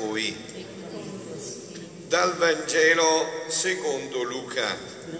voi. Dal Vangelo secondo Luca.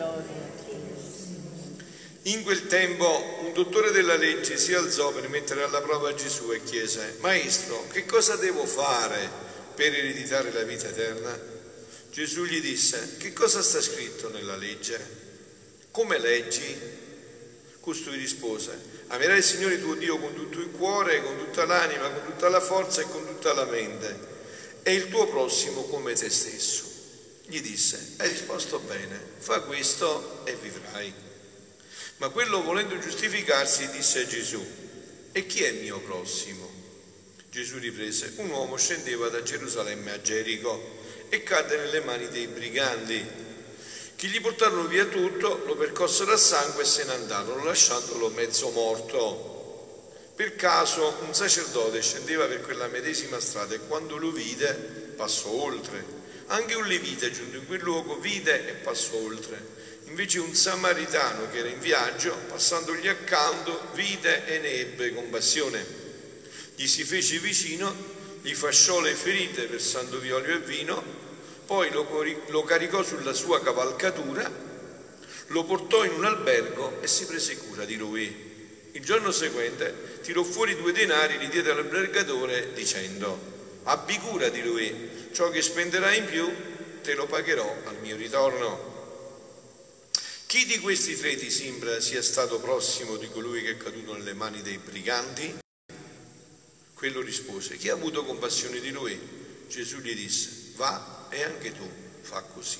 In quel tempo un dottore della legge si alzò per mettere alla prova Gesù e chiese: Maestro, che cosa devo fare per ereditare la vita eterna? Gesù gli disse: che cosa sta scritto nella legge? Come leggi? Costui rispose: amerai il Signore tuo Dio con tutto il cuore, con tutta l'anima, con tutta la forza e con tutta la mente, e il tuo prossimo come te stesso. Gli disse: hai risposto bene, fa questo e vivrai. Ma quello, volendo giustificarsi, disse a Gesù: e chi è mio prossimo? Gesù riprese: un uomo scendeva da Gerusalemme a Gerico e cadde nelle mani dei briganti, che gli portarono via tutto, lo percossero a sangue e se ne andarono, lasciandolo mezzo morto. Per caso un sacerdote scendeva per quella medesima strada e quando lo vide passò oltre. Anche un levita, giunto in quel luogo, vide e passò oltre. Invece un samaritano che era in viaggio, passandogli accanto, vide e ne ebbe compassione. Gli si fece vicino, gli fasciò le ferite versandogli olio e vino, poi lo caricò sulla sua cavalcatura, lo portò in un albergo e si prese cura di lui. Il giorno seguente tirò fuori 2 denari, li diede all'albergatore dicendo: abbi cura di lui, ciò che spenderai in più te lo pagherò al mio ritorno. Chi di questi 3 ti sembra sia stato prossimo di colui che è caduto nelle mani dei briganti? Quello rispose: chi ha avuto compassione di lui? Gesù gli disse: va e anche tu fa così.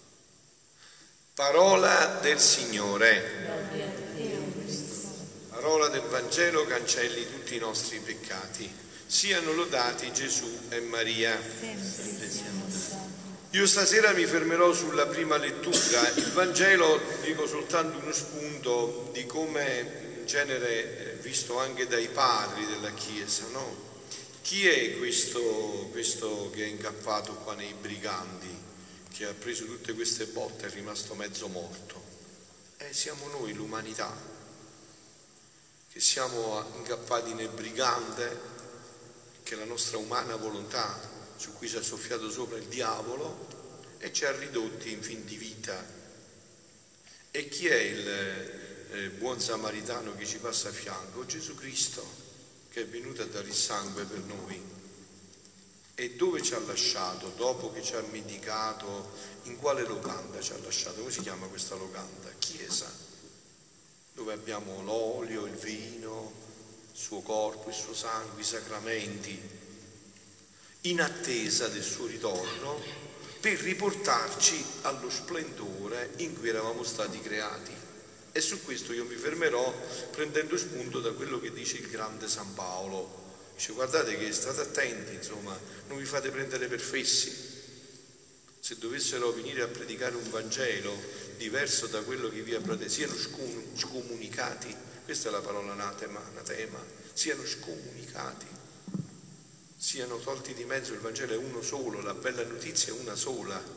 Parola del Signore. Parola del Vangelo cancelli tutti i nostri peccati. Siano lodati Gesù e Maria. Io stasera mi fermerò sulla prima lettura. Il Vangelo, dico soltanto uno spunto di come in genere visto anche dai padri della Chiesa, no? Chi è questo che è incappato qua nei briganti, che ha preso tutte queste botte e è rimasto mezzo morto? Siamo noi, l'umanità, che siamo incappati nel brigante, che è la nostra umana volontà, su cui si è soffiato sopra il diavolo e ci ha ridotti in fin di vita. E chi è il buon samaritano che ci passa a fianco? Gesù Cristo, che è venuto a dare il sangue per noi. E dove ci ha lasciato? Dopo che ci ha medicato, in quale locanda ci ha lasciato? Come si chiama questa locanda? Chiesa, dove abbiamo l'olio, il vino, il suo corpo, il suo sangue, i sacramenti, in attesa del suo ritorno per riportarci allo splendore in cui eravamo stati creati. E su questo io mi fermerò prendendo spunto da quello che dice il grande San Paolo. Dice: guardate che state attenti, insomma, non vi fate prendere per fessi. Se dovessero venire a predicare un Vangelo diverso da quello che vi apprete, siano scomunicati. Questa è la parola anatema, siano scomunicati, siano tolti di mezzo. Il Vangelo è uno solo, la bella notizia è una sola.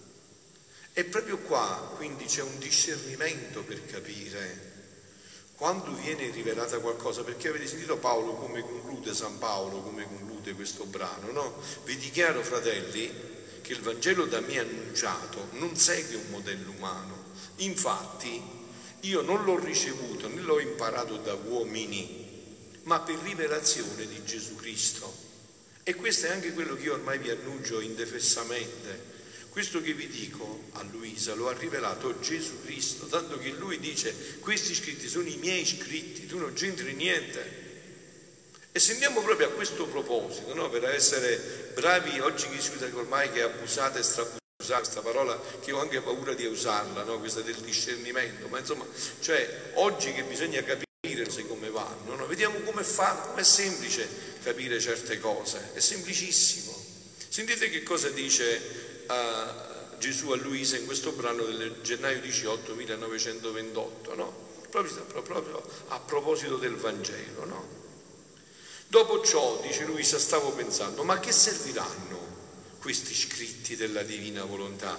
E proprio qua quindi c'è un discernimento per capire quando viene rivelata qualcosa, perché avete sentito Paolo come conclude, San Paolo come conclude questo brano, no? Vi dichiaro, fratelli, che il Vangelo da me annunciato non segue un modello umano. Infatti io non l'ho ricevuto né l'ho imparato da uomini, ma per rivelazione di Gesù Cristo. E questo è anche quello che io ormai vi annuncio indefessamente. Questo che vi dico a Luisa lo ha rivelato Gesù Cristo, tanto che lui dice: questi scritti sono i miei scritti, tu non c'entri niente. E se andiamo proprio a questo proposito, no? Per essere bravi, oggi che si usa ormai che è abusata e strabusata questa parola, che ho anche paura di usarla, no? Questa del discernimento, ma insomma, cioè oggi che bisogna capire come vanno, no? Vediamo come è semplice capire certe cose, è semplicissimo. Sentite che cosa dice Gesù a Luisa in questo brano del gennaio 18 1928, no? Proprio a proposito del Vangelo, no? Dopo ciò, dice Luisa, stavo pensando: ma che serviranno questi scritti della divina volontà?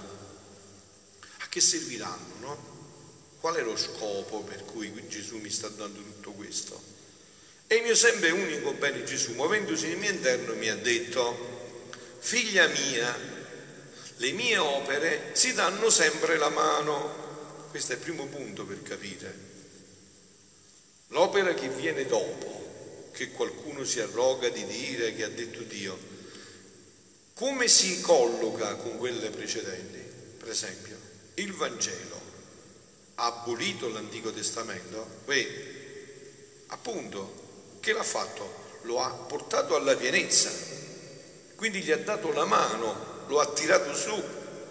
A che serviranno, no? Qual è lo scopo per cui Gesù mi sta dando tutto questo? E il mio sempre unico bene Gesù, muovendosi nel mio interno, mi ha detto: figlia mia, le mie opere si danno sempre la mano. Questo è il primo punto per capire. L'opera che viene dopo, che qualcuno si arroga di dire che ha detto Dio, come si colloca con quelle precedenti? Per esempio, il Vangelo ha abolito l'Antico Testamento? Appunto, che l'ha fatto? Lo ha portato alla pienezza, quindi gli ha dato la mano, lo ha tirato su.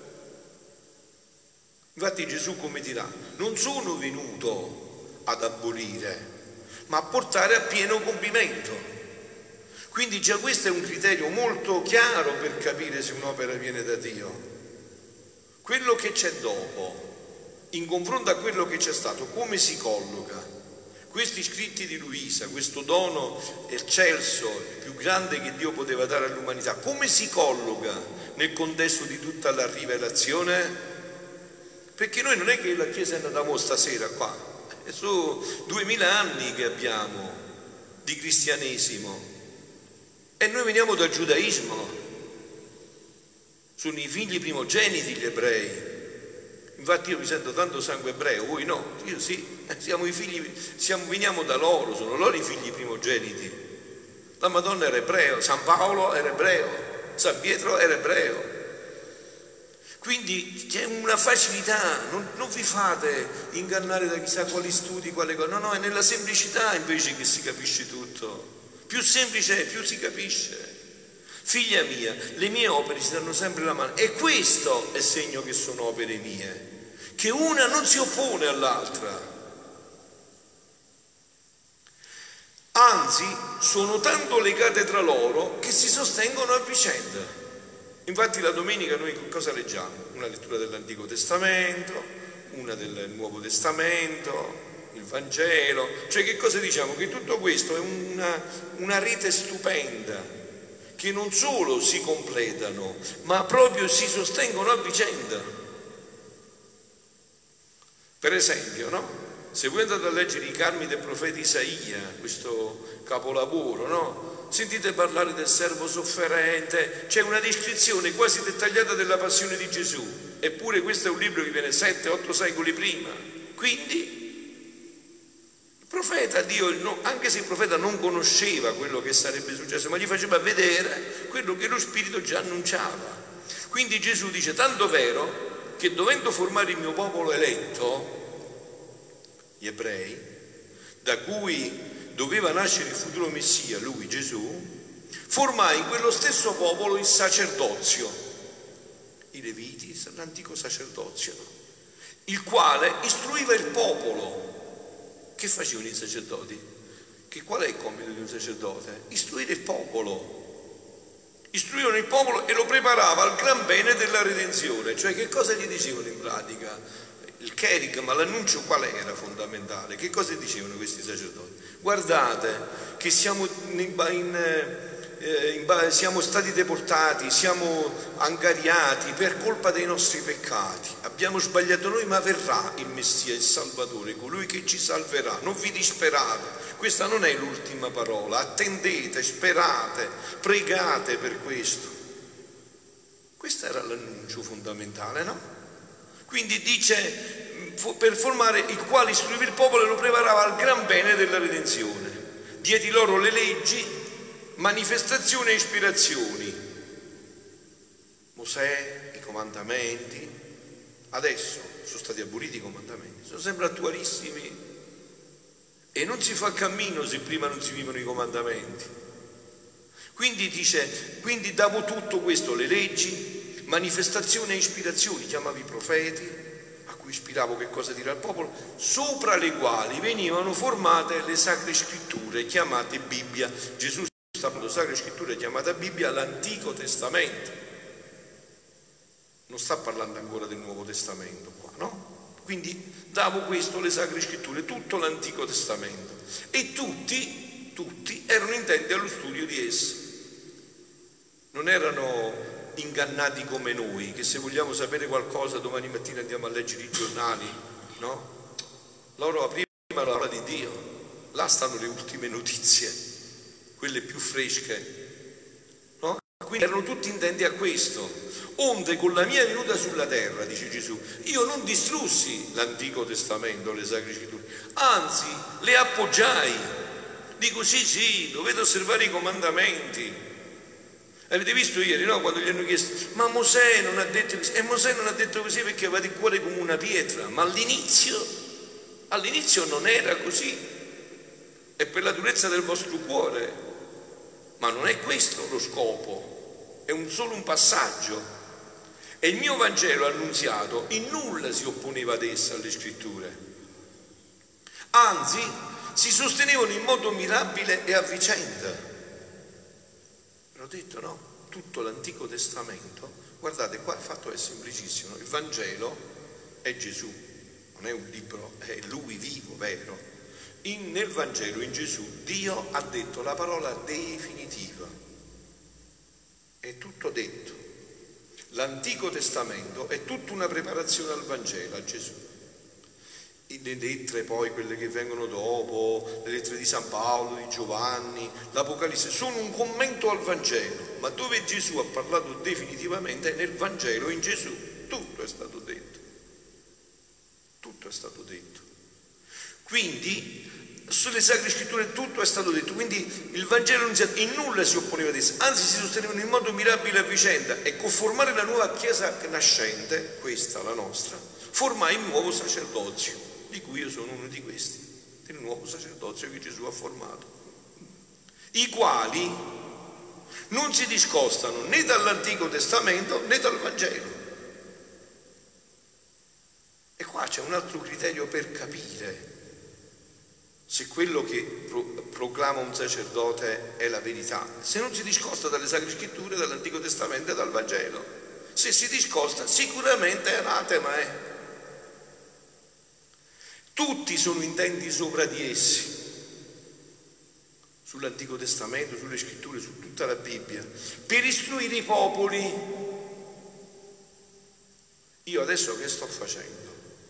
Infatti Gesù come dirà? Non sono venuto ad abolire, ma a portare a pieno compimento. Quindi già questo è un criterio molto chiaro per capire se un'opera viene da Dio. Quello che c'è dopo, in confronto a quello che c'è stato, come si colloca? Questi scritti di Luisa, questo dono eccelso, il più grande che Dio poteva dare all'umanità, come si colloca nel contesto di tutta la rivelazione? Perché noi non è che la Chiesa è andata mo stasera qua, sono 2000 anni che abbiamo di cristianesimo e noi veniamo dal giudaismo. Sono i figli primogeniti gli ebrei. Infatti io mi sento tanto sangue ebreo, voi no, io sì, siamo i figli, veniamo da loro, sono loro i figli primogeniti. La Madonna era ebreo, San Paolo era ebreo, San Pietro era ebreo. Quindi c'è una facilità, non vi fate ingannare da chissà quali studi, quale cosa, no, è nella semplicità invece che si capisce tutto. Più semplice è, più si capisce. Figlia mia, le mie opere si danno sempre la mano, e questo è segno che sono opere mie, che una non si oppone all'altra, anzi sono tanto legate tra loro che si sostengono a vicenda. Infatti la domenica noi cosa leggiamo? Una lettura dell'Antico Testamento, una del Nuovo Testamento, il Vangelo, cioè che cosa diciamo? Che tutto questo è una rete stupenda, che non solo si completano, ma proprio si sostengono a vicenda. Per esempio, no? Se voi andate a leggere i Carmi del profeta Isaia, questo capolavoro, no? Sentite parlare del servo sofferente, c'è una descrizione quasi dettagliata della passione di Gesù, eppure questo è un libro che viene 7-8 secoli prima. Quindi il profeta, anche se il profeta non conosceva quello che sarebbe successo, ma gli faceva vedere quello che lo Spirito già annunciava. Quindi Gesù dice: tanto vero che dovendo formare il mio popolo eletto, gli ebrei, da cui doveva nascere il futuro Messia, lui Gesù, formai in quello stesso popolo il sacerdozio, i Leviti, l'antico sacerdozio, il quale istruiva il popolo. Che facevano i sacerdoti? Qual è il compito di un sacerdote? Istruire il popolo. Istruivano il popolo e lo preparava al gran bene della redenzione. Cioè, che cosa gli dicevano in pratica? Il cherigma, l'annuncio qual era fondamentale? Che cosa dicevano questi sacerdoti? Guardate che siamo stati deportati, siamo angariati per colpa dei nostri peccati, abbiamo sbagliato noi, ma verrà il Messia, il Salvatore, colui che ci salverà. Non vi disperate, questa non è l'ultima parola, attendete, sperate, pregate per questo. Questo era l'annuncio fondamentale, no? Quindi dice, per formare il quale istruiva il popolo e lo preparava al gran bene della redenzione. Diedi loro le leggi, manifestazioni e ispirazioni. Mosè, i comandamenti. Adesso sono stati aboliti i comandamenti, sono sempre attualissimi. E non si fa cammino se prima non si vivono i comandamenti. Quindi dice, quindi davo tutto questo, le leggi, manifestazioni e ispirazioni, chiamavi i profeti, a cui ispiravo che cosa dire al popolo, sopra le quali venivano formate le sacre scritture chiamate Bibbia. Gesù sta parlando sacre scritture chiamata Bibbia l'Antico Testamento, non sta parlando ancora del Nuovo Testamento qua, no? Quindi davo questo, le sacre scritture, tutto l'Antico Testamento, e tutti erano intenti allo studio di esse, non erano ingannati come noi, che se vogliamo sapere qualcosa domani mattina andiamo a leggere i giornali, no? Loro aprivano la parola di Dio, là stanno le ultime notizie, quelle più fresche, no? Quindi erano tutti intenti a questo. Onde con la mia venuta sulla terra, dice Gesù, io non distrussi l'Antico Testamento, le Sacre Scritture, anzi le appoggiai. Dico sì, dovete osservare i comandamenti. Avete visto ieri, no? Quando gli hanno chiesto, ma Mosè non ha detto così? E Mosè non ha detto così perché aveva il cuore come una pietra, ma all'inizio non era così. È per la durezza del vostro cuore, ma non è questo lo scopo, è solo un passaggio. E il mio Vangelo annunziato in nulla si opponeva ad essa, alle scritture. Anzi, si sostenevano in modo mirabile e a vicenda. L'ho detto, no? Tutto l'Antico Testamento, guardate, qua il fatto è semplicissimo. Il Vangelo è Gesù, non è un libro, è Lui vivo, vero. Nel Vangelo, in Gesù, Dio ha detto la parola definitiva. È tutto detto. L'Antico Testamento è tutta una preparazione al Vangelo, a Gesù. Le lettere poi, quelle che vengono dopo, le lettere di San Paolo, di Giovanni, l'Apocalisse, sono un commento al Vangelo, ma dove Gesù ha parlato definitivamente è nel Vangelo, in Gesù. Tutto è stato detto. Tutto è stato detto. Quindi, sulle Sacre Scritture tutto è stato detto, quindi il Vangelo in nulla si opponeva ad essa, anzi si sostenevano in modo mirabile a vicenda, e con formare la nuova Chiesa nascente, questa la nostra, formai il nuovo sacerdozio, di cui io sono uno di questi, del nuovo sacerdozio che Gesù ha formato, i quali non si discostano né dall'Antico Testamento né dal Vangelo. E qua c'è un altro criterio per capire se quello che proclama un sacerdote è la verità, se non si discosta dalle Sacre Scritture, dall'Antico Testamento e dal Vangelo. Se si discosta, sicuramente è anatema. Tutti sono intenti sopra di essi, sull'Antico Testamento, sulle Scritture, su tutta la Bibbia, per istruire i popoli. Io adesso che sto facendo?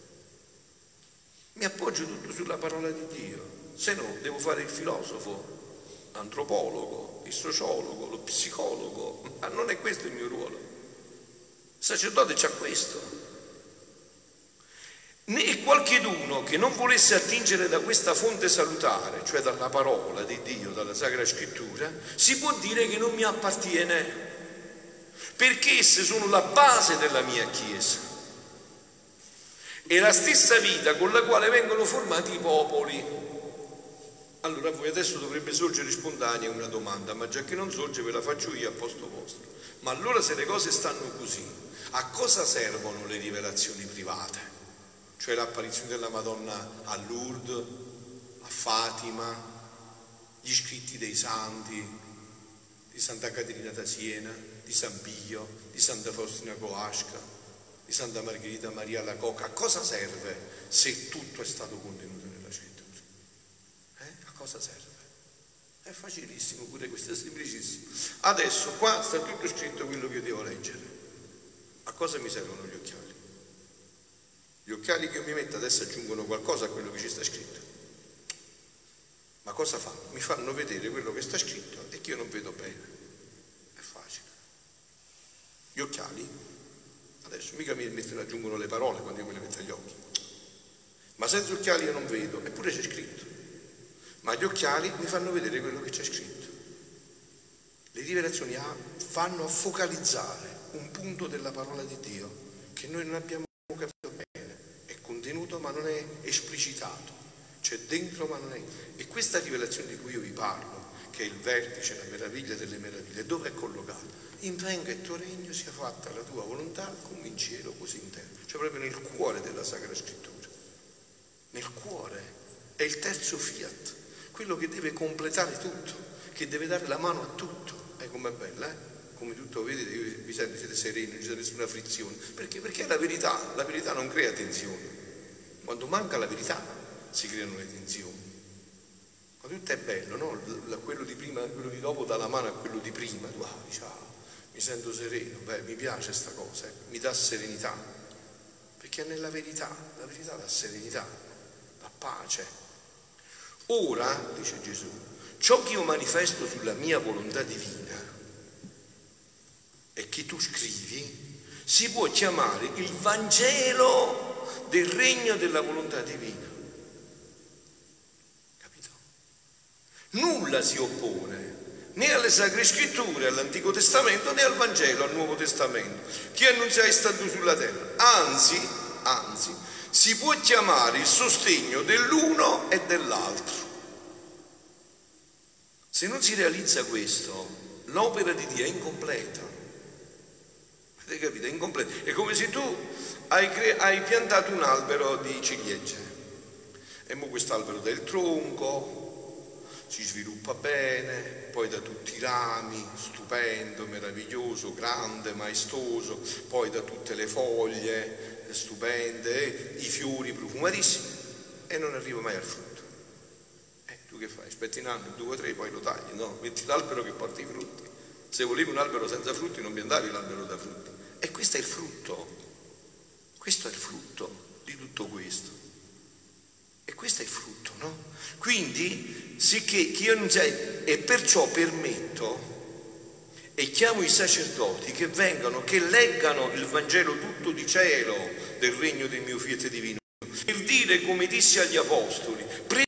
Mi appoggio tutto sulla parola di Dio, se no devo fare il filosofo, l'antropologo, il sociologo, lo psicologo, ma non è questo il mio ruolo. Il sacerdote c'ha questo. Né qualcheduno che non volesse attingere da questa fonte salutare, cioè dalla parola di Dio, dalla Sacra Scrittura, si può dire che non mi appartiene, perché esse sono la base della mia Chiesa. È la stessa vita con la quale vengono formati i popoli. Allora a voi adesso dovrebbe sorgere spontanea una domanda, ma già che non sorge ve la faccio io a posto vostro. Ma allora se le cose stanno così, a cosa servono le rivelazioni private? Cioè l'apparizione della Madonna a Lourdes, a Fatima, gli scritti dei santi, di Santa Caterina da Siena, di San Pio, di Santa Faustina Kowalska, di Santa Margherita Maria Alacoque. A cosa serve se tutto è stato contenuto nella Scrittura? A cosa serve? È facilissimo, pure questo è semplicissimo. Adesso qua sta tutto scritto quello che io devo leggere. A cosa mi servono gli occhiali? Gli occhiali che io mi metto adesso aggiungono qualcosa a quello che ci sta scritto. Ma cosa fanno? Mi fanno vedere quello che sta scritto e che io non vedo bene. È facile. Gli occhiali adesso mica mi aggiungono le parole quando io me le metto agli occhi, ma senza occhiali io non vedo, eppure c'è scritto. Ma gli occhiali mi fanno vedere quello che c'è scritto. Le rivelazioni fanno a focalizzare un punto della parola di Dio che noi non abbiamo capito bene. È contenuto ma non è esplicitato, c'è dentro ma non è. E questa rivelazione di cui io vi parlo, che è il vertice, la meraviglia delle meraviglie, dove è collocata? In venga il tuo regno, sia fatta la tua volontà come in cielo così in terra, cioè proprio nel cuore della Sacra Scrittura, nel cuore. È il terzo fiat, quello che deve completare tutto, che deve dare la mano a tutto. Com'è bella, come tutto vedete, vi sento, siete sereni, non c'è nessuna frizione, perché è la verità non crea tensioni. Quando manca la verità si creano le tensioni. Ma tutto è bello, no? Quello di prima, quello di dopo dà la mano a quello di prima, tu ciao, mi sento sereno, mi piace sta cosa, mi dà serenità, perché è nella verità, la verità dà serenità, dà pace. Ora, dice Gesù, ciò che io manifesto sulla mia volontà divina che tu scrivi si può chiamare il Vangelo del regno della volontà divina. Capito? Nulla si oppone né alle Sacre Scritture, all'Antico Testamento, né al Vangelo, al Nuovo Testamento, che annunzia è stato sulla terra. Anzi, si può chiamare il sostegno dell'uno e dell'altro. Se non si realizza questo, l'opera di Dio è incompleta. Avete capito? È incompleta. È come se tu hai piantato un albero di ciliegie e mo quest'albero dà il tronco, si sviluppa bene, poi dà tutti i rami, stupendo, meraviglioso, grande, maestoso, poi dà tutte le foglie stupende, i fiori profumatissimi, e non arriva mai al frutto. Tu che fai? Aspetti un anno, 2 o 3, poi lo tagli, no? Metti l'albero che porta i frutti. Se volevi un albero senza frutti non piantavi l'albero da frutti. E questo è il frutto. Questo è il frutto di tutto questo. E questo è il frutto, no? Quindi, sicché che io non sei, e perciò permetto e chiamo i sacerdoti che vengano, che leggano il Vangelo tutto di cielo del regno del mio fiat divino, per dire, come disse agli apostoli,